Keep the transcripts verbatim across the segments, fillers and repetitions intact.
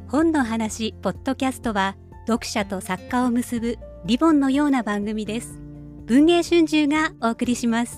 本の話ポッドキャストは読者と作家を結ぶリボンのような番組です。文藝春秋がお送りします。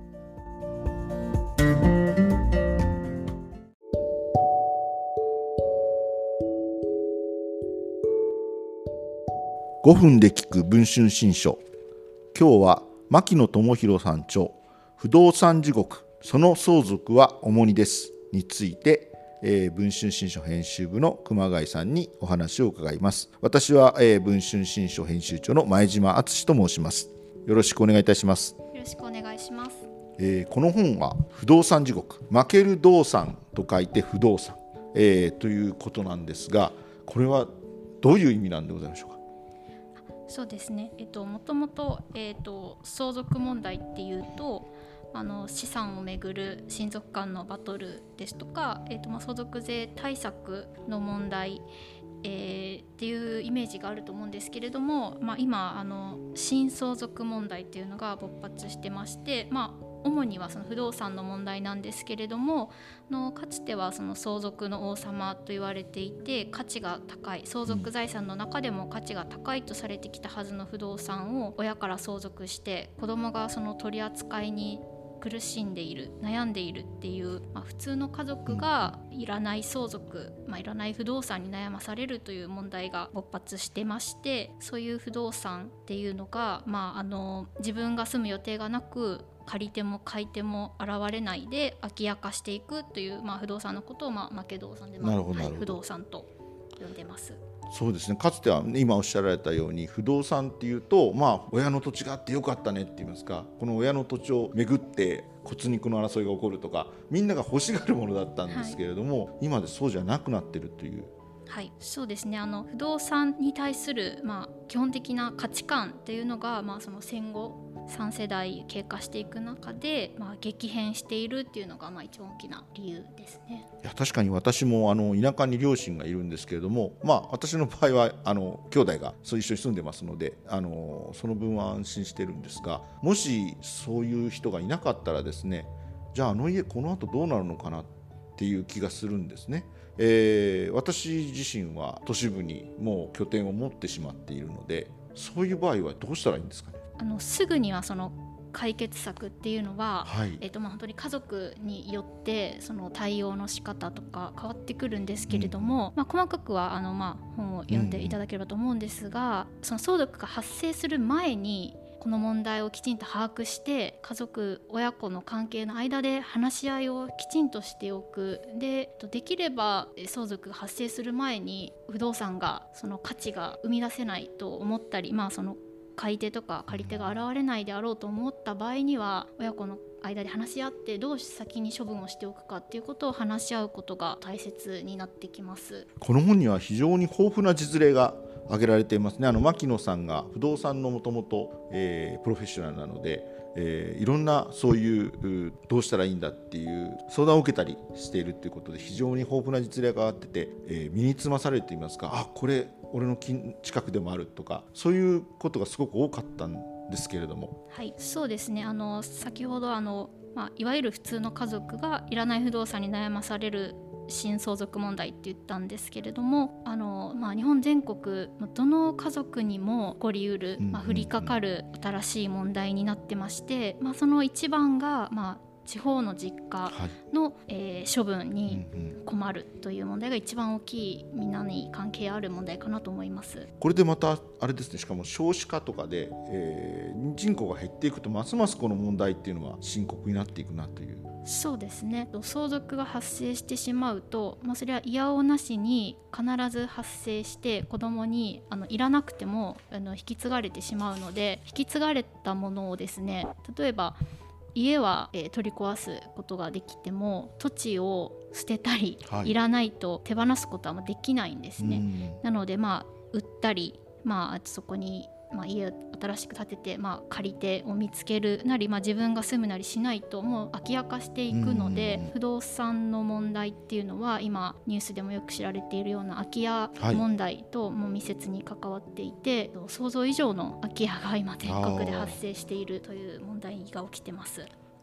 ごふんで聞く文春新書。今日は牧野智博さん著不動産地獄その相続は重荷ですについて、えー、文春新書編集部の熊谷さんにお話を伺います。私は、えー、文春新書編集長の前島敦と申します。よろしくお願いいたします。 よろしくお願いします。 えー、この本は不動産地獄、負ける動産と書いて不動産、えー、ということなんですが、これはどういう意味なんでございましょうか。 そうですね、えっと、もともと、えっと、相続問題っていうとあの資産をめぐる親族間のバトルですとか、えっとまあ、相続税対策の問題、えー、っていうイメージがあると思うんですけれども、まあ、今あの新相続問題っていうのが勃発してまして、まあ主にはその不動産の問題なんですけれども、のかつてはその相続の王様と言われていて価値が高い、相続財産の中でも価値が高いとされてきたはずの不動産を親から相続して子供がその取り扱いに苦しんでいる、悩んでいるっていう、まあ、普通の家族がいらない相続、まあ、いらない不動産に悩まされるという問題が勃発してまして、そういう不動産っていうのが、まあ、あの自分が住む予定がなく借り手も買い手も現れないで空き家化していくという、まあ、不動産のことを、まあ、負け動産で、まあはい、不動産と呼んでます。 そうですね、かつては今おっしゃられたように不動産っていうと、まあ、親の土地があってよかったねって言いますか、この親の土地をめぐって骨肉の争いが起こるとか、みんなが欲しがるものだったんですけれども、はい、今でそうじゃなくなってるという。 はい、そうですね、あの不動産に対する、まあ、基本的な価値観っていうのが、まあ、その戦後さん世代経過していく中で、まあ、激変しているっていうのが、まあ、一番大きな理由ですね。 いや確かに私もあの田舎に両親がいるんですけれども、まあ、私の場合はあの兄弟がそう一緒に住んでますので、あのその分は安心してるんですが、もしそういう人がいなかったらですね、じゃああの家この後どうなるのかなっていう気がするんですね。えー、私自身は都市部にもう拠点を持ってしまっているので、そういう場合はどうしたらいいんですかね。 あのすぐにはその解決策っていうのは、 はいえーとまあ、本当に家族によってその対応の仕方とか変わってくるんですけれども、うんまあ、細かくはあの、まあ、本を読んでいただければと思うんですが、うん、その相続が発生する前にこの問題をきちんと把握して家族親子の関係の間で話し合いをきちんとしておく。で、できれば相続が発生する前に不動産がその価値が生み出せないと思ったり、まあその買い手とか借り手が現れないであろうと思った場合には親子の間で話し合ってどう先に処分をしておくかっていうことを話し合うことが大切になってきます。 この本には非常に豊富な実例が挙げられていますね。あの牧野さんが不動産のもともとプロフェッショナルなので、えー、いろんなそういうどうしたらいいんだっていう相談を受けたりしているということで非常に豊富な実例があってて、えー、身につまされていますか、あこれ俺の近くでもあるとか、そういうことがすごく多かったんですけれども。 はい、そうですね、あの先ほどあの、まあ、いわゆる普通の家族がいらない不動産に悩まされる新相続問題って言ったんですけれども、あの、まあ、日本全国どの家族にも起こりうる、まあ、降りかかる新しい問題になってまして、まあ、その一番が、まあ地方の実家の、はいえー、処分に困るという問題が一番大きい、みんなに関係ある問題かなと思います。 これでまたあれですね、しかも少子化とかで、えー、人口が減っていくとますますこの問題っていうのは深刻になっていくなという。 そうですね、相続が発生してしまうと、まあ、それはいやおうなしに必ず発生して子供にあのいらなくてもあの引き継がれてしまうので、引き継がれたものをですね、例えば家は、えー、取り壊すことができても土地を捨てたり、はい、いらないと手放すことはできないんですね。なので、まあ、売ったり、まあ、そこに、まあ、家を新しく建てて、まあ、借り手を見つけるなり、まあ、自分が住むなりしないともう空き家化していくので、不動産の問題っていうのは今ニュースでもよく知られているような空き家問題とも密接に関わっていて、はい、想像以上の空き家が今全国で発生しているという問題が起きてます。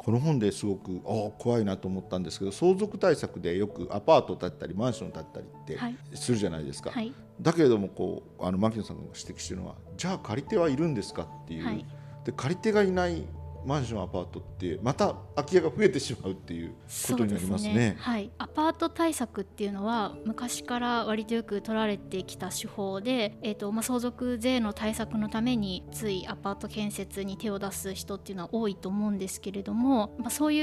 この本ですごくあ怖いなと思ったんですけど、相続対策でよくアパート建ったりマンション建ったりってするじゃないですか、はい、だけれどもこうあの牧野さんが指摘しているのは、じゃあ借り手はいるんですかっていう、はい、で借り手がいないマンションアパートってまた空き家が増えてしまうっていうことになりますね。 そうですね、はい、アパート対策っていうのは昔から割とよく取られてきた手法で、えーとまあ、相続税の対策のためについアパート建設に手を出す人っていうのは多いと思うんですけれども、まあ、そういう、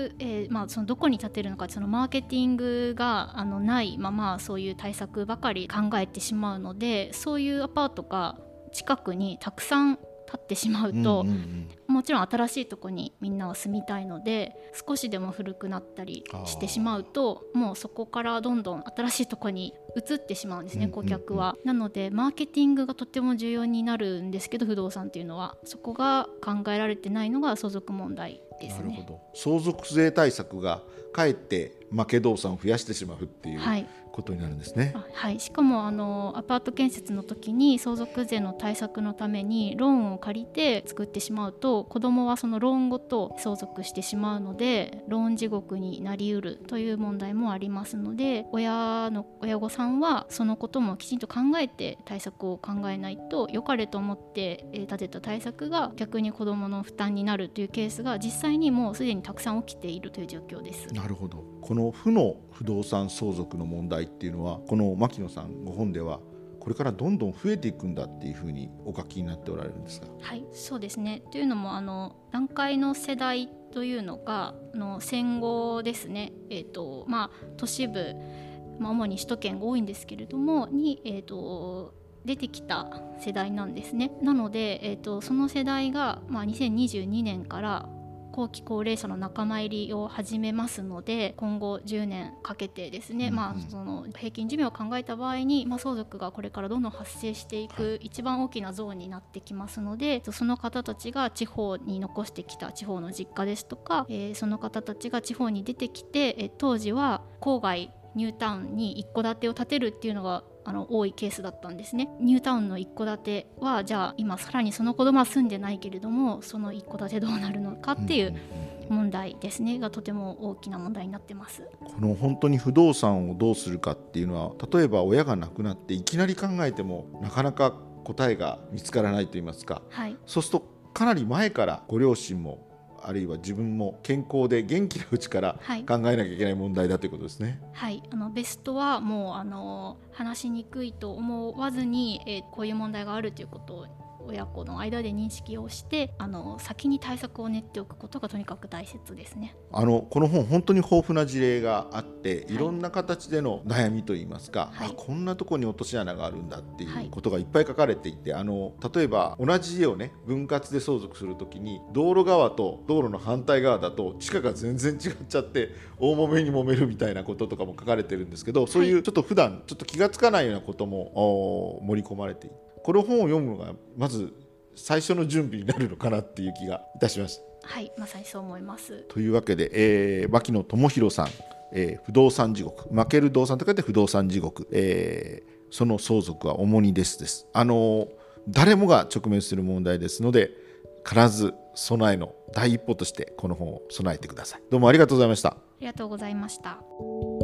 えーまあ、そのどこに建てるのか、そのマーケティングがあのないままそういう対策ばかり考えてしまうので、そういうアパートが近くにたくさん建ってしまうと、うんうんうん、もちろん新しいところにみんなは住みたいので、少しでも古くなったりしてしまうともうそこからどんどん新しいところに移ってしまうんですね、顧客は、うんうんうん、なのでマーケティングがとても重要になるんですけど、不動産っていうのはそこが考えられてないのが相続問題ですね。 なるほど。相続税対策がかえって負け動産を増やしてしまうっていう、はい、ことになるんですね。 はい、しかもあのアパート建設の時に相続税の対策のためにローンを借りて作ってしまうと、子どもはそのローンごと相続してしまうのでローン地獄になりうるという問題もありますので、親の親御さんはそのこともきちんと考えて対策を考えないと、良かれと思って立てた対策が逆に子どもの負担になるというケースが実際にもうすでにたくさん起きているという状況です。 なるほど。この負の不動産相続の問題っていうのは、この牧野さんご本ではこれからどんどん増えていくんだっていうふうにお書きになっておられるんですか？ はい、そうですね。というのもあの団塊の世代というのがあの戦後ですね、えーとまあ、都市部、まあ、主に首都圏が多いんですけれどもに、えーと出てきた世代なんですね。なので、えーとその世代が、まあ、にせんにじゅうにねんから後期高齢者の仲間入りを始めますので、今後じゅうねんかけてですね、うんうん、まあ、その平均寿命を考えた場合に、まあ、相続がこれからどんどん発生していく一番大きなゾーンになってきますので、その方たちが地方に残してきた地方の実家ですとか、えー、その方たちが地方に出てきて、えー、当時は郊外ニュータウンに一戸建てを建てるっていうのがあの多いケースだったんですね。ニュータウンの一戸建てはじゃあ今さらにその子供は住んでないけれども、その一戸建てどうなるのかっていう問題ですね、がとても大きな問題になってます。 この本当に不動産をどうするかっていうのは、例えば親が亡くなっていきなり考えてもなかなか答えが見つからないといいますか、はい、そうするとかなり前からご両親もあるいは自分も健康で元気なうちから考えなきゃいけない問題だということですね。 はい、あのベストはもうあの話しにくいと思わずに、えー、こういう問題があるということを親子の間で認識をして、あの先に対策を練っておくことがとにかく大切ですね。 あのこの本本当に豊富な事例があって、いろんな形での悩みといいますか、はい、あこんなところに落とし穴があるんだっていうことがいっぱい書かれていて、あの例えば同じ家をね分割で相続するときに道路側と道路の反対側だと地価が全然違っちゃって大揉めに揉めるみたいなこととかも書かれてるんですけど、そういうちょっと普段ちょっと気がつかないようなことも盛り込まれていて、この本を読むのがまず最初の準備になるのかなっていう気がいたしました。 はい、まさにそう思います。 というわけで、えー、牧野智博さん、えー、不動産地獄、負ける動産と書いて不動産地獄、えー、その相続は重荷ですです。あの誰もが直面する問題ですので、必ず備えの第一歩としてこの本を備えてください。どうもありがとうございました。ありがとうございました。